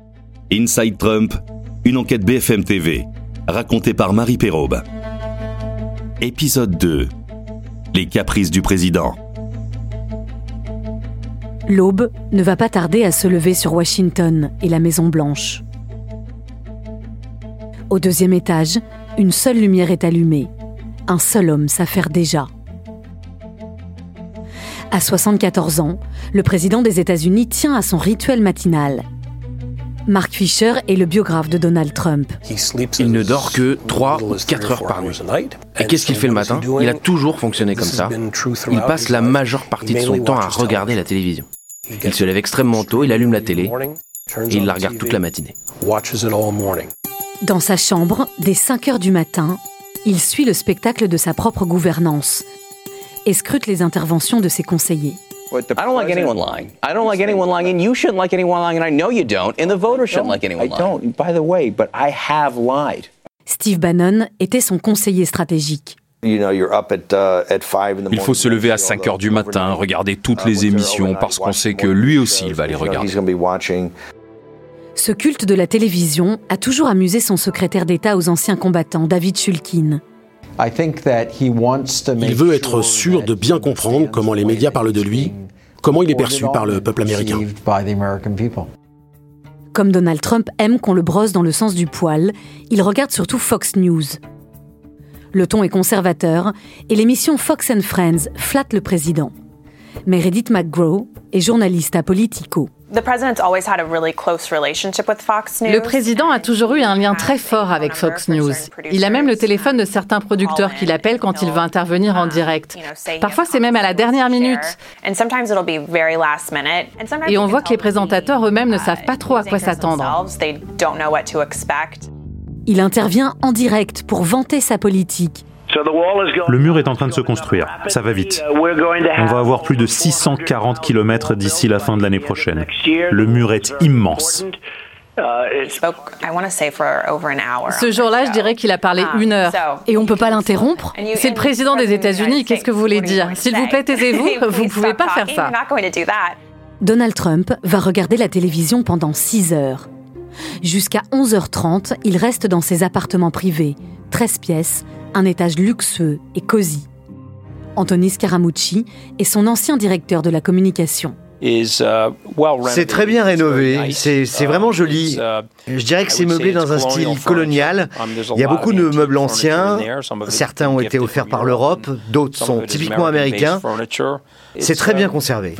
Inside Trump, une enquête BFM TV, racontée par Marie Perraube. Épisode 2. Les caprices du président. L'aube ne va pas tarder à se lever sur Washington et la Maison-Blanche. Au deuxième étage, une seule lumière est allumée. Un seul homme s'affaire déjà. À 74 ans, le président des États-Unis tient à son rituel matinal. Mark Fisher est le biographe de Donald Trump. Il ne dort que 3 ou 4 heures par nuit. Et qu'est-ce qu'il fait le matin ? Il a toujours fonctionné comme ça. Il passe la majeure partie de son temps à regarder la télévision. Il se lève extrêmement tôt, il allume la télé et il la regarde toute la matinée. Dans sa chambre, dès 5 heures du matin, il suit le spectacle de sa propre gouvernance et scrute les interventions de ses conseillers. I don't like anyone lying. I don't like anyone lying, and you shouldn't like anyone lying, and I know you don't, and the voters shouldn't like anyone lying. I don't, by the way, but I have lied. Steve Bannon était son conseiller stratégique. Il faut se lever à 5 heures du matin, regarder toutes les émissions, parce qu'on sait que lui aussi, il va les regarder. Ce culte de la télévision a toujours amusé son secrétaire d'État aux anciens combattants, David Shulkin. Il veut être sûr de bien comprendre comment les médias parlent de lui, comment il est perçu par le peuple américain. Comme Donald Trump aime qu'on le brosse dans le sens du poil, il regarde surtout Fox News. Le ton est conservateur et l'émission Fox and Friends flatte le président. Meredith McGraw est journaliste à Politico. Le président a toujours eu un lien très fort avec Fox News. Il a même le téléphone de certains producteurs qui l'appellent quand il veut intervenir en direct. Parfois, c'est même à la dernière minute. Et on voit que les présentateurs eux-mêmes ne savent pas trop à quoi s'attendre. Il intervient en direct pour vanter sa politique. Le mur est en train de se construire. Ça va vite. On va avoir plus de 640 km d'ici la fin de l'année prochaine. Le mur est immense. Ce jour-là, je dirais qu'il a parlé 1 heure. Et on ne peut pas l'interrompre ? C'est le président des États-Unis, qu'est-ce que vous voulez dire ? S'il vous plaît, taisez-vous, vous ne pouvez pas faire ça. Donald Trump va regarder la télévision pendant 6 heures. Jusqu'à 11h30, il reste dans ses appartements privés, 13 pièces, un étage luxueux et cosy. Anthony Scaramucci est son ancien directeur de la communication. C'est très bien rénové, c'est vraiment joli. Je dirais que c'est meublé dans un style colonial. Il y a beaucoup de meubles anciens, certains ont été offerts par l'Europe, d'autres sont typiquement américains. C'est très bien conservé.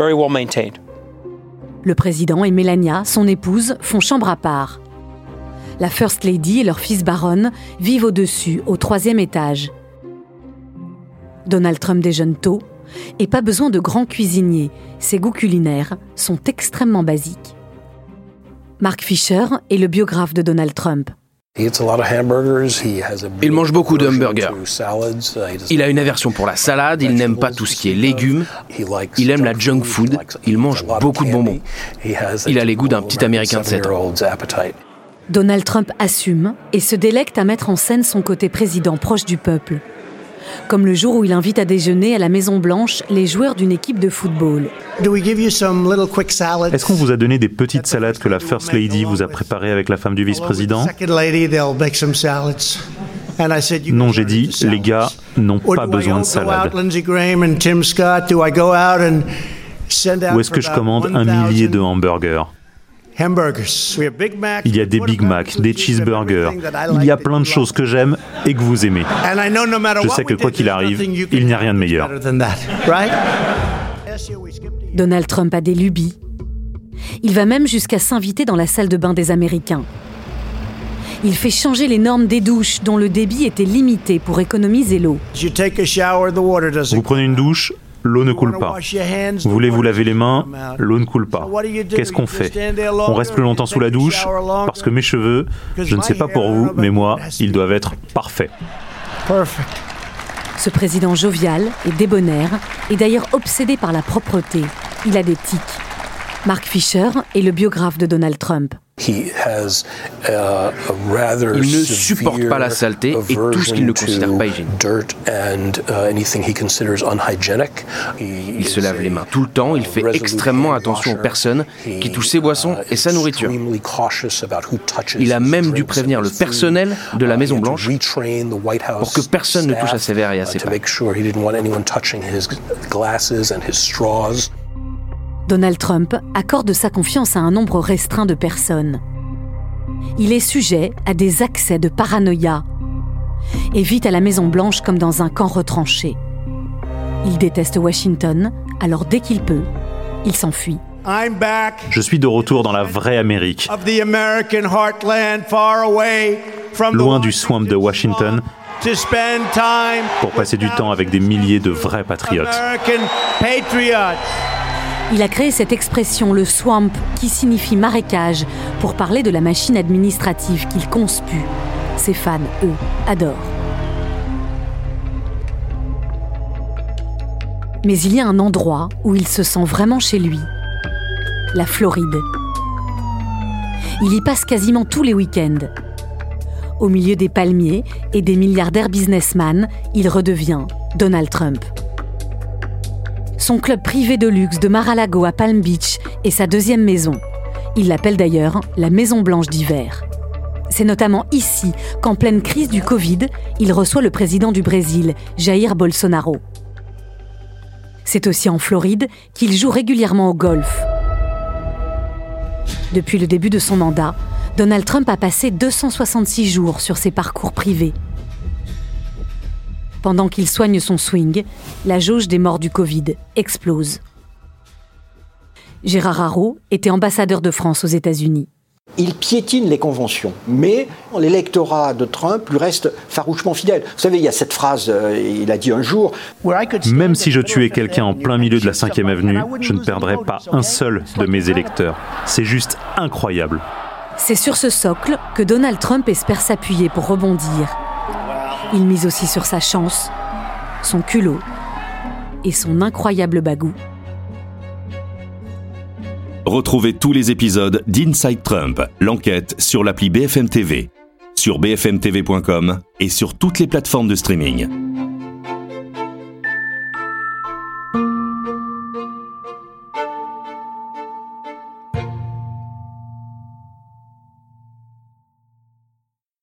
Le président et Melania, son épouse, font chambre à part. La First Lady et leur fils Barron vivent au-dessus, au 3e étage. Donald Trump déjeune tôt et pas besoin de grands cuisiniers. Ses goûts culinaires sont extrêmement basiques. Mark Fisher est le biographe de Donald Trump. Il mange beaucoup de hamburgers. Il a une aversion pour la salade, il n'aime pas tout ce qui est légumes. Il aime la junk food, il mange beaucoup de bonbons. Il a les goûts d'un petit Américain de 7 ans. Donald Trump assume et se délecte à mettre en scène son côté président proche du peuple. Comme le jour où il invite à déjeuner à la Maison-Blanche les joueurs d'une équipe de football. Est-ce qu'on vous a donné des petites salades que la First Lady vous a préparées avec la femme du vice-président ? Non, j'ai dit, les gars n'ont pas besoin de salade. Ou est-ce que je commande 1 millier de hamburgers ? Il y a des Big Mac, des cheeseburgers, il y a plein de choses que j'aime et que vous aimez. Je sais que quoi qu'il arrive, il n'y a rien de meilleur. Donald Trump a des lubies. Il va même jusqu'à s'inviter dans la salle de bain des Américains. Il fait changer les normes des douches dont le débit était limité pour économiser l'eau. Vous prenez une douche ? L'eau ne coule pas. Vous voulez vous laver les mains, l'eau ne coule pas. Qu'est-ce qu'on fait ? On reste plus longtemps sous la douche parce que mes cheveux, je ne sais pas pour vous, mais moi, ils doivent être parfaits. Ce président jovial et débonnaire est d'ailleurs obsédé par la propreté. Il a des tics. Mark Fisher est le biographe de Donald Trump. Il ne supporte pas la saleté et tout ce qu'il ne considère pas hygiénique. Il se lave les mains tout le temps, il fait extrêmement attention aux personnes qui touchent ses boissons et sa nourriture. Il a même dû prévenir le personnel de la Maison-Blanche pour que personne ne touche à ses verres et à ses pailles. Donald Trump accorde sa confiance à un nombre restreint de personnes. Il est sujet à des accès de paranoïa et vit à la Maison-Blanche comme dans un camp retranché. Il déteste Washington, alors dès qu'il peut, il s'enfuit. Je suis de retour dans la vraie Amérique, loin du swamp de Washington, pour passer du temps avec des milliers de vrais patriotes. Il a créé cette expression, le swamp, qui signifie marécage, pour parler de la machine administrative qu'il conspue. Ses fans, eux, adorent. Mais il y a un endroit où il se sent vraiment chez lui. La Floride. Il y passe quasiment tous les week-ends. Au milieu des palmiers et des milliardaires businessmen, il redevient Donald Trump. Son club privé de luxe de Mar-a-Lago à Palm Beach est sa deuxième maison. Il l'appelle d'ailleurs la Maison Blanche d'hiver. C'est notamment ici qu'en pleine crise du Covid, il reçoit le président du Brésil, Jair Bolsonaro. C'est aussi en Floride qu'il joue régulièrement au golf. Depuis le début de son mandat, Donald Trump a passé 266 jours sur ses parcours privés. Pendant qu'il soigne son swing, la jauge des morts du Covid explose. Gérard Haraud était ambassadeur de France aux États-Unis. Il piétine les conventions, mais l'électorat de Trump lui reste farouchement fidèle. Vous savez, il y a cette phrase, il a dit un jour... Même si je tuais quelqu'un en plein milieu de la 5e avenue, je ne perdrais pas un seul de mes électeurs. C'est juste incroyable. C'est sur ce socle que Donald Trump espère s'appuyer pour rebondir. Il mise aussi sur sa chance, son culot et son incroyable bagou. Retrouvez tous les épisodes d'Inside Trump, l'enquête sur l'appli BFM TV, sur bfmtv.com et sur toutes les plateformes de streaming.